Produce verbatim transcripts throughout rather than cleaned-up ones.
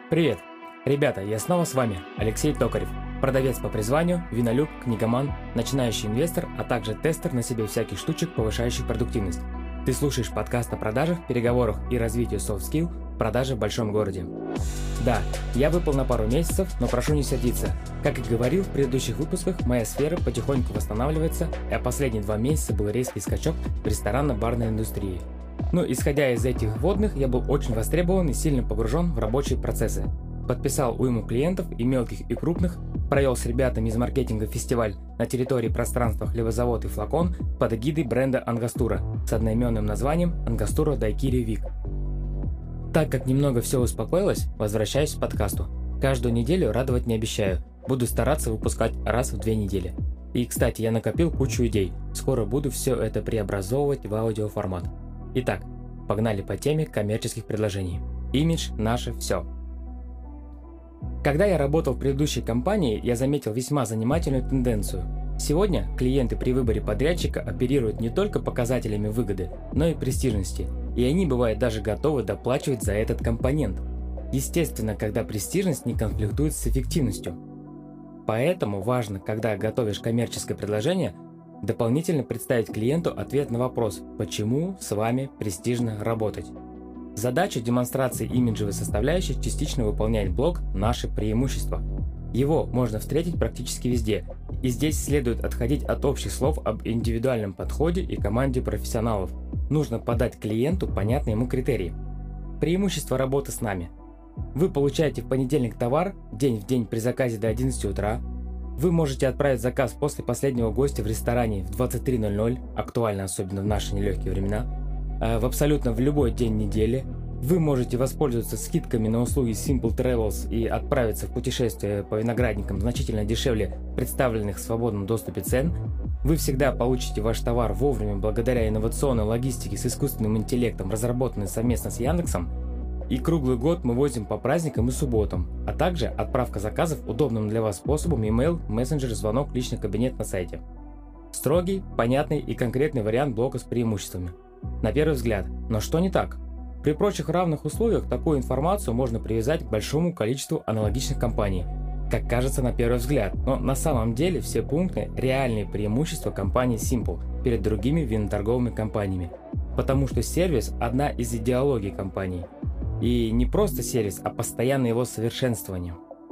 Привет! Ребята, я снова с вами, Алексей Токарев, продавец по призванию, винолюб, книгоман, начинающий инвестор, а также тестер на себе всяких штучек, повышающих продуктивность. Ты слушаешь подкаст о продажах, переговорах и развитию soft skill продажи в большом городе. Да, я выпал на пару месяцев, но прошу не сердиться. Как и говорил в предыдущих выпусках, моя сфера потихоньку восстанавливается, а последние два месяца был резкий скачок в ресторанно-барной индустрии. Ну, исходя из этих вводных, я был очень востребован и сильно погружен в рабочие процессы. Подписал уйму клиентов и мелких, и крупных, провел с ребятами из маркетинга фестиваль на территории пространства «Хлебозавод» и «Флакон» под эгидой бренда «Ангастура» с одноименным названием «Ангастура Дайкири Вик». Так как немного все успокоилось, возвращаюсь к подкасту. Каждую неделю радовать не обещаю, буду стараться выпускать раз в две недели. И, кстати, я накопил кучу идей, скоро буду все это преобразовывать в аудиоформат. Итак, погнали по теме коммерческих предложений. Имидж – наше все. Когда я работал в предыдущей компании, я заметил весьма занимательную тенденцию. Сегодня клиенты при выборе подрядчика оперируют не только показателями выгоды, но и престижности, и они бывают даже готовы доплачивать за этот компонент. Естественно, когда престижность не конфликтует с эффективностью. Поэтому важно, когда готовишь коммерческое предложение, дополнительно представить клиенту ответ на вопрос, почему с вами престижно работать. Задачу демонстрации имиджевой составляющей частично выполняет блог «Наши преимущества». Его можно встретить практически везде, и здесь следует отходить от общих слов об индивидуальном подходе и команде профессионалов. Нужно подать клиенту понятные ему критерии. Преимущество работы с нами. Вы получаете в понедельник товар, день в день при заказе до одиннадцати утра. Вы можете отправить заказ после последнего гостя в ресторане в двадцать три ноль ноль, актуально особенно в наши нелегкие времена, в абсолютно в любой день недели. Вы можете воспользоваться скидками на услуги Simple Travels и отправиться в путешествие по виноградникам значительно дешевле представленных в свободном доступе цен. Вы всегда получите ваш товар вовремя благодаря инновационной логистике с искусственным интеллектом, разработанной совместно с Яндексом. И круглый год мы возим по праздникам и субботам, а также отправка заказов удобным для вас способом email, мессенджер, звонок, личный кабинет на сайте. Строгий, понятный и конкретный вариант блока с преимуществами. На первый взгляд, но что не так? При прочих равных условиях такую информацию можно привязать к большому количеству аналогичных компаний, как кажется на первый взгляд, но на самом деле все пункты – реальные преимущества компании Simple перед другими виноторговыми компаниями, потому что сервис – одна из идеологий компании. И не просто сервис, а постоянное его совершенствование.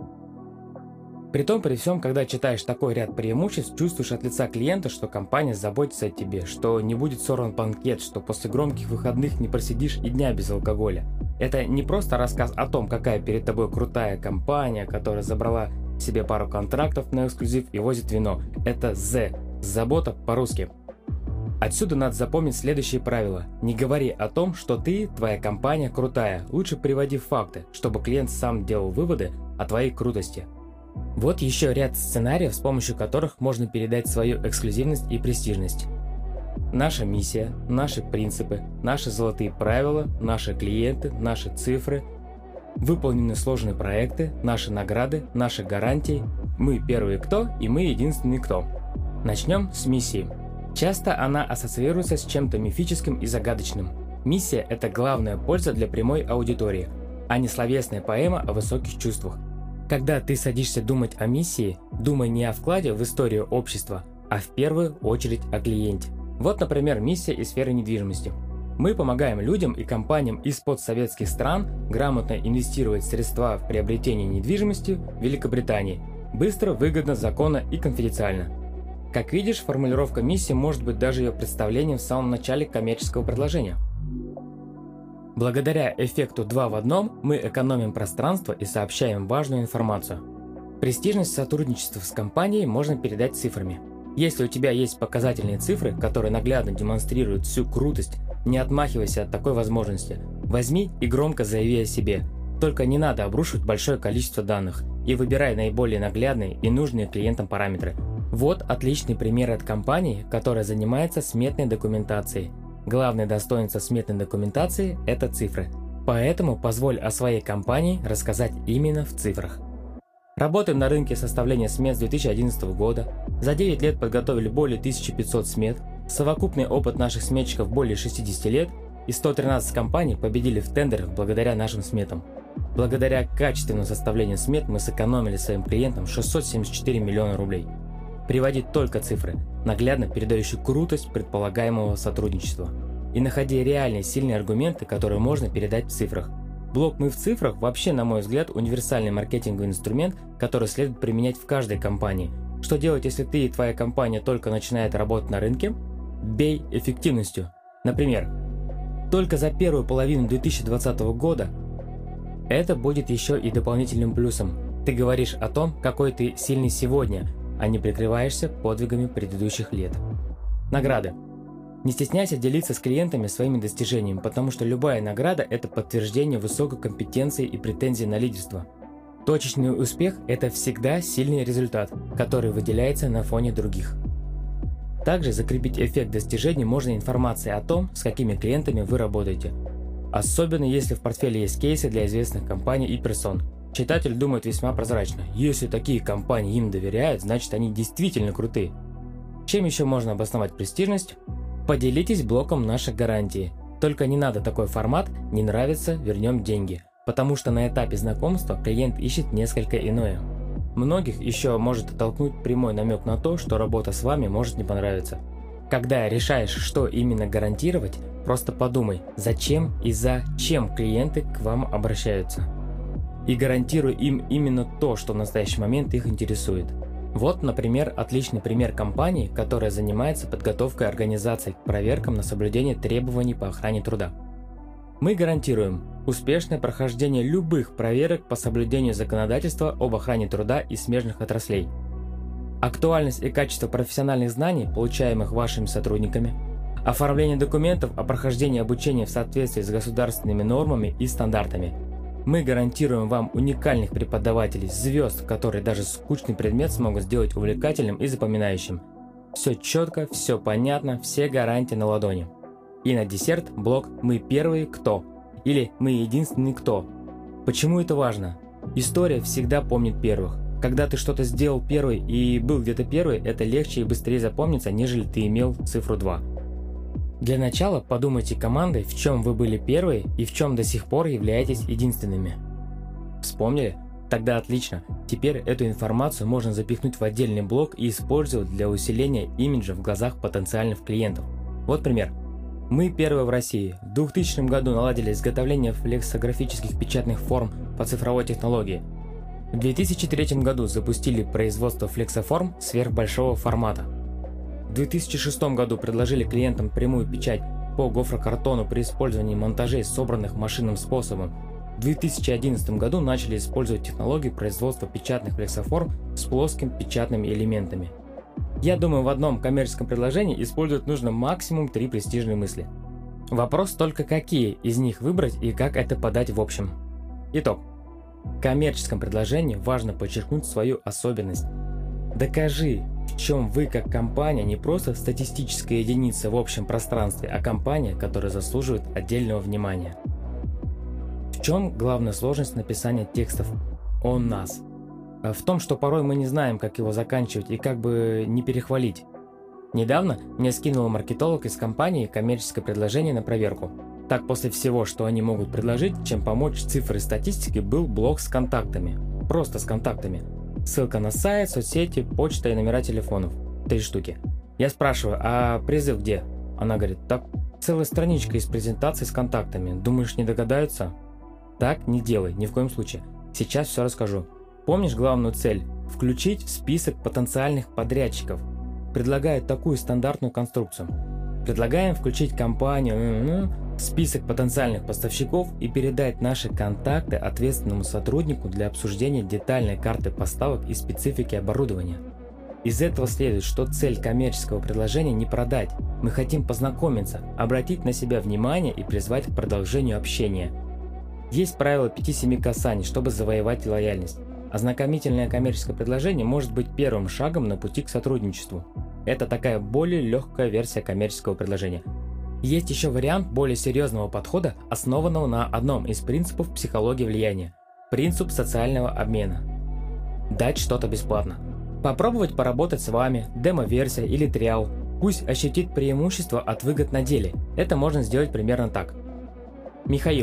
Притом при всем, когда читаешь такой ряд преимуществ, чувствуешь от лица клиента, что компания заботится о тебе, что не будет сорван банкет, что после громких выходных не просидишь и дня без алкоголя. Это не просто рассказ о том, какая перед тобой крутая компания, которая забрала себе пару контрактов на эксклюзив и возит вино. Это «З» – забота по-русски. Отсюда надо запомнить следующие правила. Не говори о том, что ты, твоя компания крутая. Лучше приводи факты, чтобы клиент сам делал выводы о твоей крутости. Вот еще ряд сценариев, с помощью которых можно передать свою эксклюзивность и престижность. Наша миссия, наши принципы, наши золотые правила, наши клиенты, наши цифры, выполнены сложные проекты, наши награды, наши гарантии. Мы первые кто и мы единственный кто. Начнем с миссии. Часто она ассоциируется с чем-то мифическим и загадочным. Миссия – это главная польза для прямой аудитории, а не словесная поэма о высоких чувствах. Когда ты садишься думать о миссии, думай не о вкладе в историю общества, а в первую очередь о клиенте. Вот, например, миссия из сферы недвижимости. Мы помогаем людям и компаниям из постсоветских стран грамотно инвестировать средства в приобретение недвижимости в Великобритании. Быстро, выгодно, законно и конфиденциально. Как видишь, формулировка миссии может быть даже ее представлением в самом начале коммерческого предложения. Благодаря эффекту два в одном мы экономим пространство и сообщаем важную информацию. Престижность сотрудничества с компанией можно передать цифрами. Если у тебя есть показательные цифры, которые наглядно демонстрируют всю крутость, не отмахивайся от такой возможности. Возьми и громко заяви о себе. Только не надо обрушивать большое количество данных и выбирай наиболее наглядные и нужные клиентам параметры. Вот отличный пример от компании, которая занимается сметной документацией. Главное достоинство сметной документации – это цифры. Поэтому позволь о своей компании рассказать именно в цифрах. Работаем на рынке составления смет с две тысячи одиннадцатого года. За девять лет подготовили более тысячи пятисот смет. Совокупный опыт наших сметчиков более шестидесяти лет, и сто тринадцать компаний победили в тендерах благодаря нашим сметам. Благодаря качественному составлению смет мы сэкономили своим клиентам шестьсот семьдесят четыре миллиона рублей. Приводить только цифры, наглядно передающие крутость предполагаемого сотрудничества. И находя реальные сильные аргументы, которые можно передать в цифрах. Блог «Мы в цифрах» вообще, на мой взгляд, универсальный маркетинговый инструмент, который следует применять в каждой компании. Что делать, если ты и твоя компания только начинает работать на рынке? Бей эффективностью. Например, только за первую половину две тысячи двадцатого года это будет еще и дополнительным плюсом. Ты говоришь о том, какой ты сильный сегодня, а не прикрываешься подвигами предыдущих лет. Награды. Не стесняйся делиться с клиентами своими достижениями, потому что любая награда – это подтверждение высокой компетенции и претензий на лидерство. Точечный успех – это всегда сильный результат, который выделяется на фоне других. Также закрепить эффект достижений можно информацией о том, с какими клиентами вы работаете. Особенно если в портфеле есть кейсы для известных компаний и персон. Читатель думает весьма прозрачно. Если такие компании им доверяют, значит они действительно крутые. Чем еще можно обосновать престижность? Поделитесь блоком наших гарантий. Только не надо такой формат «не нравится, вернем деньги», потому что на этапе знакомства клиент ищет несколько иное. Многих еще может оттолкнуть прямой намек на то, что работа с вами может не понравиться. Когда решаешь, что именно гарантировать, просто подумай, зачем и зачем клиенты к вам обращаются. И гарантируй им именно то, что в настоящий момент их интересует. Вот, например, отличный пример компании, которая занимается подготовкой организаций к проверкам на соблюдение требований по охране труда. Мы гарантируем успешное прохождение любых проверок по соблюдению законодательства об охране труда и смежных отраслей. Актуальность и качество профессиональных знаний, получаемых вашими сотрудниками. Оформление документов о прохождении обучения в соответствии с государственными нормами и стандартами. Мы гарантируем вам уникальных преподавателей, звезд, которые даже скучный предмет смогут сделать увлекательным и запоминающим. Все четко, все понятно, все гарантии на ладони. И на десерт блок «Мы первые кто» или «Мы единственный кто». Почему это важно? История всегда помнит первых. Когда ты что-то сделал первый и был где-то первый, это легче и быстрее запомнится, нежели ты имел цифру два. Для начала подумайте командой, в чем вы были первые и в чем до сих пор являетесь единственными. Вспомнили? Тогда отлично. Теперь эту информацию можно запихнуть в отдельный блок и использовать для усиления имиджа в глазах потенциальных клиентов. Вот пример. Мы первые в России. В двухтысячном году наладили изготовление флексографических печатных форм по цифровой технологии. В две тысячи третьем году запустили производство флексоформ сверхбольшого формата. В две тысячи шестом году предложили клиентам прямую печать по гофрокартону при использовании монтажей, собранных машинным способом. В две тысячи одиннадцатом году начали использовать технологию производства печатных флексоформ с плоскими печатными элементами. Я думаю, в одном коммерческом предложении использовать нужно максимум три престижные мысли. Вопрос только, какие из них выбрать и как это подать в общем. Итог. В коммерческом предложении важно подчеркнуть свою особенность. Докажи, в чем вы как компания не просто статистическая единица в общем пространстве, а компания, которая заслуживает отдельного внимания. В чем главная сложность написания текстов о нас? В том, что порой мы не знаем, как его заканчивать и как бы не перехвалить. Недавно мне скинул маркетолог из компании коммерческое предложение на проверку. Так, после всего, что они могут предложить, чем помочь цифры статистики, был блок с контактами. Просто с контактами. Ссылка на сайт, соцсети, почта и номера телефонов. Три штуки. Я спрашиваю, а призыв где? Она говорит, так целая страничка из презентации с контактами. Думаешь, не догадаются? Так не делай, ни в коем случае. Сейчас все расскажу. Помнишь главную цель? Включить в список потенциальных подрядчиков. Предлагают такую стандартную конструкцию. Предлагаем включить компанию в список потенциальных поставщиков и передать наши контакты ответственному сотруднику для обсуждения детальной карты поставок и специфики оборудования. Из этого следует, что цель коммерческого предложения не продать. Мы хотим познакомиться, обратить на себя внимание и призвать к продолжению общения. Есть правило пяти-семи касаний, чтобы завоевать лояльность. Ознакомительное коммерческое предложение может быть первым шагом на пути к сотрудничеству. Это такая более легкая версия коммерческого предложения. Есть еще вариант более серьезного подхода, основанного на одном из принципов психологии влияния – принцип социального обмена. Дать что-то бесплатно. Попробовать поработать с вами, демо-версия или триал. Пусть ощутит преимущество от выгод на деле. Это можно сделать примерно так. Михаил,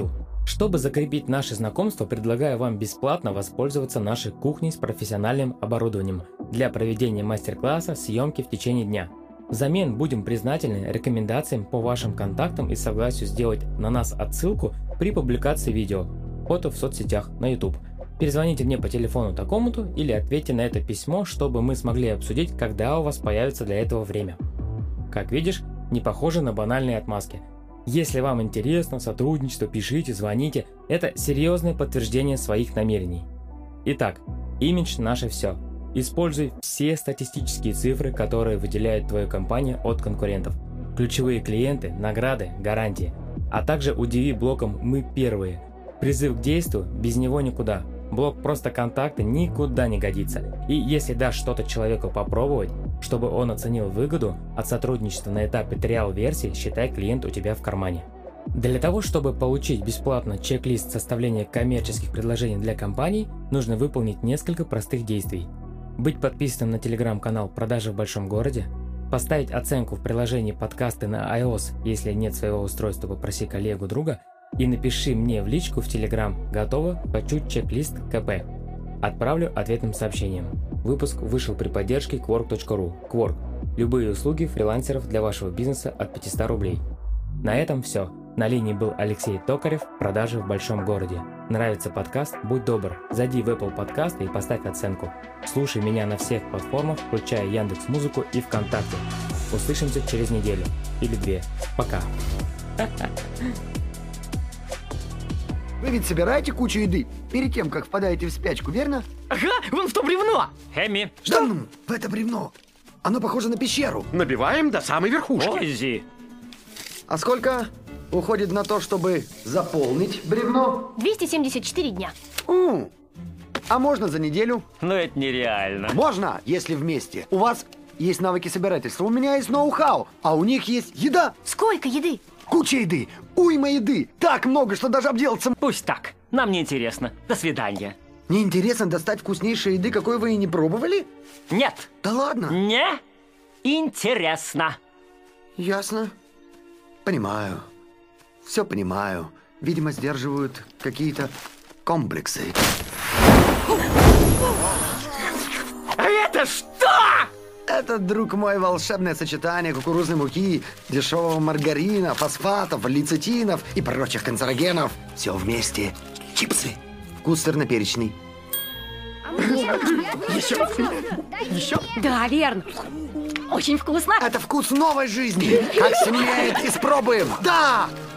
Чтобы закрепить наше знакомство, предлагаю вам бесплатно воспользоваться нашей кухней с профессиональным оборудованием для проведения мастер-класса съемки в течение дня. Взамен будем признательны рекомендациям по вашим контактам и согласию сделать на нас отсылку при публикации видео, фото в соцсетях, на YouTube. Перезвоните мне по телефону такому-то или ответьте на это письмо, чтобы мы смогли обсудить, когда у вас появится для этого время. Как видишь, не похоже на банальные отмазки. Если вам интересно сотрудничество, пишите, звоните. Это серьезное подтверждение своих намерений. Итак, имидж – наше все. Используй все статистические цифры, которые выделяют твою компанию от конкурентов. Ключевые клиенты, награды, гарантии. А также удиви блоком «Мы первые». Призыв к действию, без него никуда. Блок «Просто контакты» никуда не годится. И если дашь что-то человеку попробовать, чтобы он оценил выгоду от сотрудничества на этапе триал-версии, считай, клиент у тебя в кармане. Для того, чтобы получить бесплатно чек-лист составления коммерческих предложений для компаний, нужно выполнить несколько простых действий. Быть подписанным на телеграм-канал «Продажи в большом городе», поставить оценку в приложении подкасты на iOS, если нет своего устройства, попроси коллегу, друга, и напиши мне в личку в Telegram «Готово, хочу чек-лист КП». Отправлю ответным сообщением. Выпуск вышел при поддержке Quark точка ру. Quark – любые услуги фрилансеров для вашего бизнеса от пятисот рублей. На этом все. На линии был Алексей Токарев, «Продажи в большом городе». Нравится подкаст? Будь добр, зайди в Apple подкасты и поставь оценку. Слушай меня на всех платформах, включая Яндекс.Музыку и ВКонтакте. Услышимся через неделю. Или две. Пока. Вы ведь собираете кучу еды перед тем, как впадаете в спячку, верно? Ага, вон в то бревно! Хэмми! Да ну, в это бревно. Оно похоже на пещеру. Набиваем до самой верхушки. Оззи! А сколько уходит на то, чтобы заполнить бревно? двести семьдесят четыре дня. У, а можно за неделю? Ну это нереально. Можно, если вместе. У вас есть навыки собирательства, у меня есть ноу-хау, а у них есть еда. Сколько еды? Куча еды, уйма еды, так много, что даже обделаться... Пусть так. Нам не интересно. До свидания. Не интересно достать вкуснейшей еды, какой вы и не пробовали? Нет. Да ладно. Не интересно. Ясно. Понимаю. Все понимаю. Видимо, сдерживают какие-то комплексы. А это что? Это, друг мой, волшебное сочетание кукурузной муки, дешевого маргарина, фосфатов, лецитинов и прочих канцерогенов. Все вместе. Чипсы. Вкус сырно-перечный. Еще? Еще? Да, верно. Очень вкусно. Это вкус новой жизни. Как смеет, испробуем. Да!